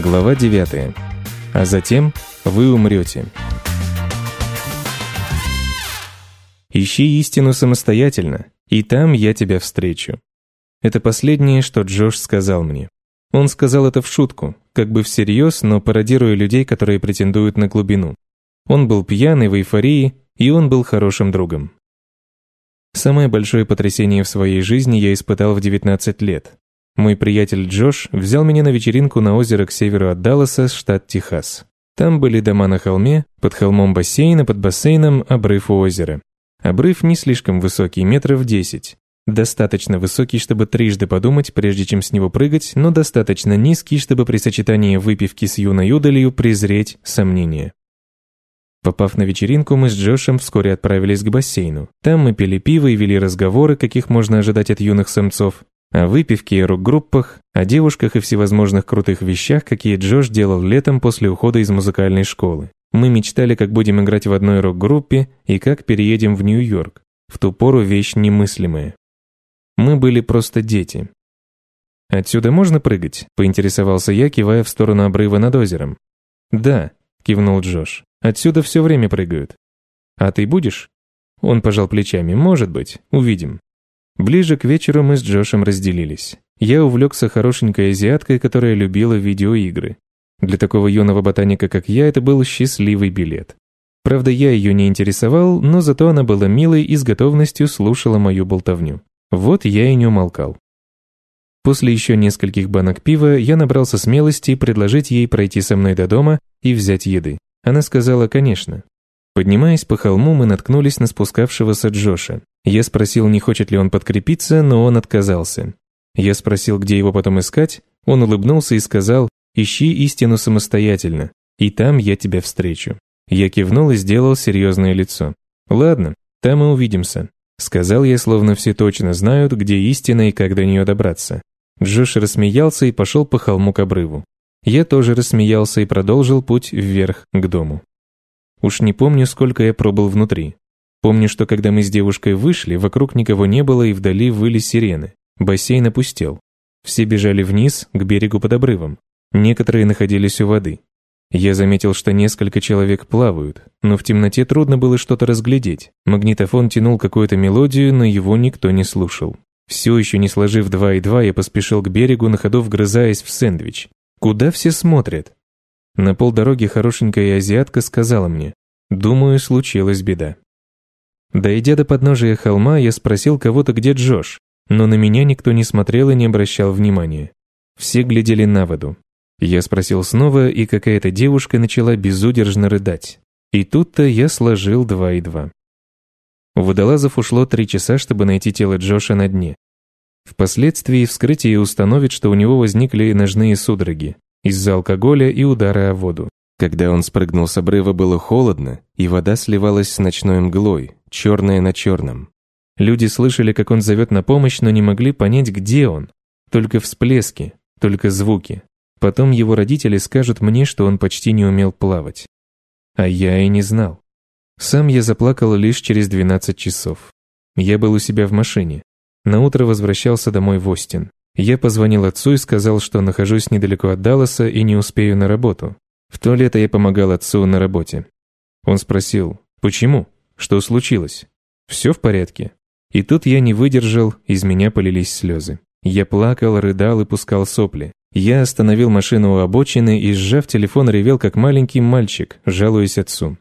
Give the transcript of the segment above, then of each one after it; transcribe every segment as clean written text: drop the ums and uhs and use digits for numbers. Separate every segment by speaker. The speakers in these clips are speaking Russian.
Speaker 1: Глава 9. А затем вы умрете. Ищи истину самостоятельно, и там я тебя встречу. Это последнее, что Джош сказал мне. Он сказал это в шутку, как бы всерьез, но пародируя людей, которые претендуют на глубину. Он был пьяный в эйфории, и он был хорошим другом. Самое большое потрясение в своей жизни я испытал в 19 лет. Мой приятель Джош взял меня на вечеринку на озеро к северу от Далласа, штат Техас. Там были дома на холме, под холмом бассейн, а под бассейном обрыв у озера. Обрыв не слишком высокий, метров 10. Достаточно высокий, чтобы трижды подумать, прежде чем с него прыгать, но достаточно низкий, чтобы при сочетании выпивки с юной удалью презреть сомнения. Попав на вечеринку, мы с Джошем вскоре отправились к бассейну. Там мы пили пиво и вели разговоры, каких можно ожидать от юных самцов, о выпивке и рок-группах, о девушках и всевозможных крутых вещах, какие Джош делал летом после ухода из музыкальной школы. Мы мечтали, как будем играть в одной рок-группе и как переедем в Нью-Йорк. В ту пору вещь немыслимая. Мы были просто дети. «Отсюда можно прыгать?» – поинтересовался я, кивая в сторону обрыва над озером. «Да», – кивнул Джош. «Отсюда все время прыгают». «А ты будешь?» Он пожал плечами. «Может быть. Увидим». Ближе к вечеру мы с Джошем разделились. Я увлекся хорошенькой азиаткой, которая любила видеоигры. Для такого юного ботаника, как я, это был счастливый билет. Правда, я ее не интересовал, но зато она была милой и с готовностью слушала мою болтовню. Вот я и не умолкал. После еще нескольких банок пива я набрался смелости предложить ей пройти со мной до дома и взять еды. Она сказала «конечно». Поднимаясь по холму, мы наткнулись на спускавшегося Джоша. Я спросил, не хочет ли он подкрепиться, но он отказался. Я спросил, где его потом искать, он улыбнулся и сказал «ищи истину самостоятельно, и там я тебя встречу». Я кивнул и сделал серьезное лицо. «Ладно, там и увидимся», — сказал я, словно все точно знают, где истина и как до нее добраться. Джош рассмеялся и пошел по холму к обрыву. Я тоже рассмеялся и продолжил путь вверх к дому. Уж не помню, сколько я пробыл внутри. Помню, что когда мы с девушкой вышли, вокруг никого не было и вдали выли сирены. Бассейн опустел. Все бежали вниз, к берегу под обрывом. Некоторые находились у воды. Я заметил, что несколько человек плавают, но в темноте трудно было что-то разглядеть. Магнитофон тянул какую-то мелодию, но его никто не слушал. Все еще не сложив 2 и 2, я поспешил к берегу, на ходу вгрызаясь в сэндвич. Куда все смотрят? На полдороги хорошенькая азиатка сказала мне: «Думаю, случилась беда». Дойдя до подножия холма, я спросил кого-то, где Джош, но на меня никто не смотрел и не обращал внимания. Все глядели на воду. Я спросил снова, и какая-то девушка начала безудержно рыдать. И тут-то я сложил 2 и 2. У водолазов ушло 3 часа, чтобы найти тело Джоша на дне. Впоследствии вскрытие установит, что у него возникли ножные судороги из-за алкоголя и удара о воду. Когда он спрыгнул с обрыва, было холодно, и вода сливалась с ночной мглой, черная на черном. Люди слышали, как он зовет на помощь, но не могли понять, где он. Только всплески, только звуки. Потом его родители скажут мне, что он почти не умел плавать. А я и не знал. Сам я заплакал лишь через 12 часов. Я был у себя в машине. Наутро возвращался домой в Остин. Я позвонил отцу и сказал, что нахожусь недалеко от Далласа и не успею на работу. В то лето я помогал отцу на работе. Он спросил: «Почему? Что случилось? Все в порядке?» И тут я не выдержал, из меня полились слезы. Я плакал, рыдал и пускал сопли. Я остановил машину у обочины и, сжав телефон, ревел, как маленький мальчик, жалуясь отцу.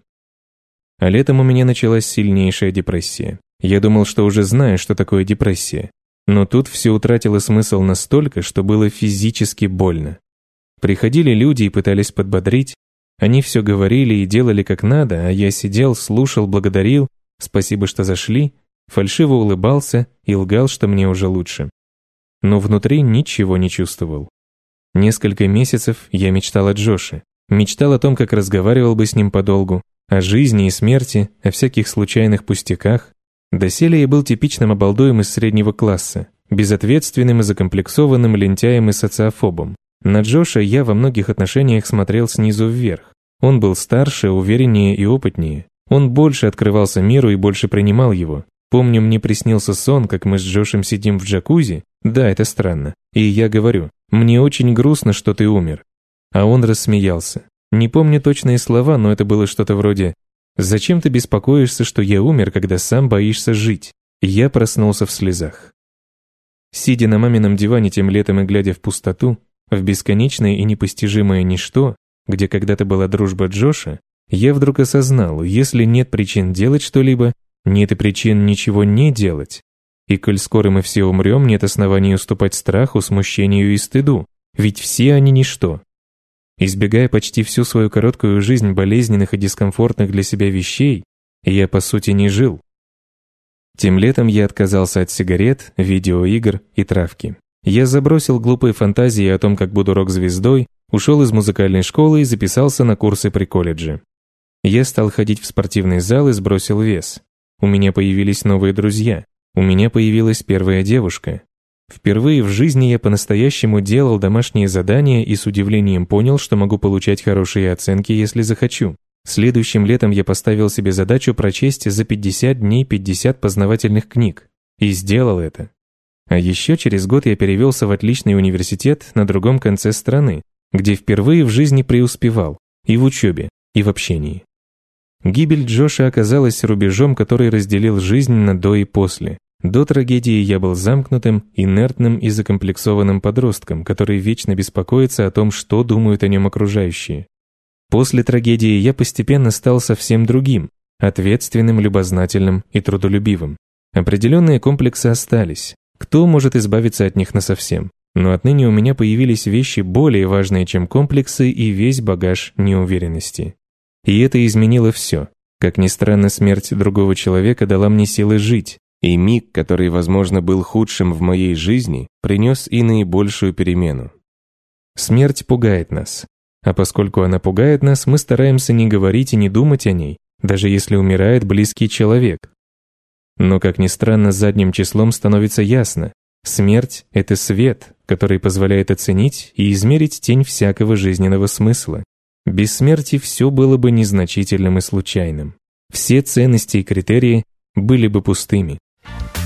Speaker 1: А летом у меня началась сильнейшая депрессия. Я думал, что уже знаю, что такое депрессия. Но тут все утратило смысл настолько, что было физически больно. Приходили люди и пытались подбодрить. Они все говорили и делали как надо, а я сидел, слушал, благодарил, спасибо, что зашли, фальшиво улыбался и лгал, что мне уже лучше. Но внутри ничего не чувствовал. Несколько месяцев я мечтал о Джоше. Мечтал о том, как разговаривал бы с ним подолгу, о жизни и смерти, о всяких случайных пустяках. Доселе я был типичным обалдуем из среднего класса, безответственным и закомплексованным лентяем и социофобом. На Джоша я во многих отношениях смотрел снизу вверх. Он был старше, увереннее и опытнее. Он больше открывался миру и больше принимал его. Помню, мне приснился сон, как мы с Джошем сидим в джакузи. Да, это странно. И я говорю: «Мне очень грустно, что ты умер». А он рассмеялся. Не помню точные слова, но это было что-то вроде «Зачем ты беспокоишься, что я умер, когда сам боишься жить?» Я проснулся в слезах. Сидя на мамином диване тем летом и глядя в пустоту, в бесконечное и непостижимое ничто, где когда-то была дружба Джоша, я вдруг осознал, если нет причин делать что-либо, нет и причин ничего не делать. И коль скоро мы все умрем, нет оснований уступать страху, смущению и стыду, ведь все они ничто. Избегая почти всю свою короткую жизнь болезненных и дискомфортных для себя вещей, я по сути не жил. Тем летом я отказался от сигарет, видеоигр и травки. Я забросил глупые фантазии о том, как буду рок-звездой, ушел из музыкальной школы и записался на курсы при колледже. Я стал ходить в спортивный зал и сбросил вес. У меня появились новые друзья. У меня появилась первая девушка. Впервые в жизни я по-настоящему делал домашние задания и с удивлением понял, что могу получать хорошие оценки, если захочу. Следующим летом я поставил себе задачу прочесть за 50 дней 50 познавательных книг. И сделал это. А еще через год я перевелся в отличный университет на другом конце страны, где впервые в жизни преуспевал. И в учебе, и в общении. Гибель Джоша оказалась рубежом, который разделил жизнь на до и после. До трагедии я был замкнутым, инертным и закомплексованным подростком, который вечно беспокоится о том, что думают о нем окружающие. После трагедии я постепенно стал совсем другим, ответственным, любознательным и трудолюбивым. Определенные комплексы остались. Кто может избавиться от них насовсем? Но отныне у меня появились вещи более важные, чем комплексы и весь багаж неуверенности. И это изменило все. Как ни странно, смерть другого человека дала мне силы жить, и миг, который, возможно, был худшим в моей жизни, принес и наибольшую перемену. Смерть пугает нас. А поскольку она пугает нас, мы стараемся не говорить и не думать о ней, даже если умирает близкий человек. Но, как ни странно, задним числом становится ясно. Смерть — это свет, который позволяет оценить и измерить тень всякого жизненного смысла. Без смерти все было бы незначительным и случайным. Все ценности и критерии были бы пустыми.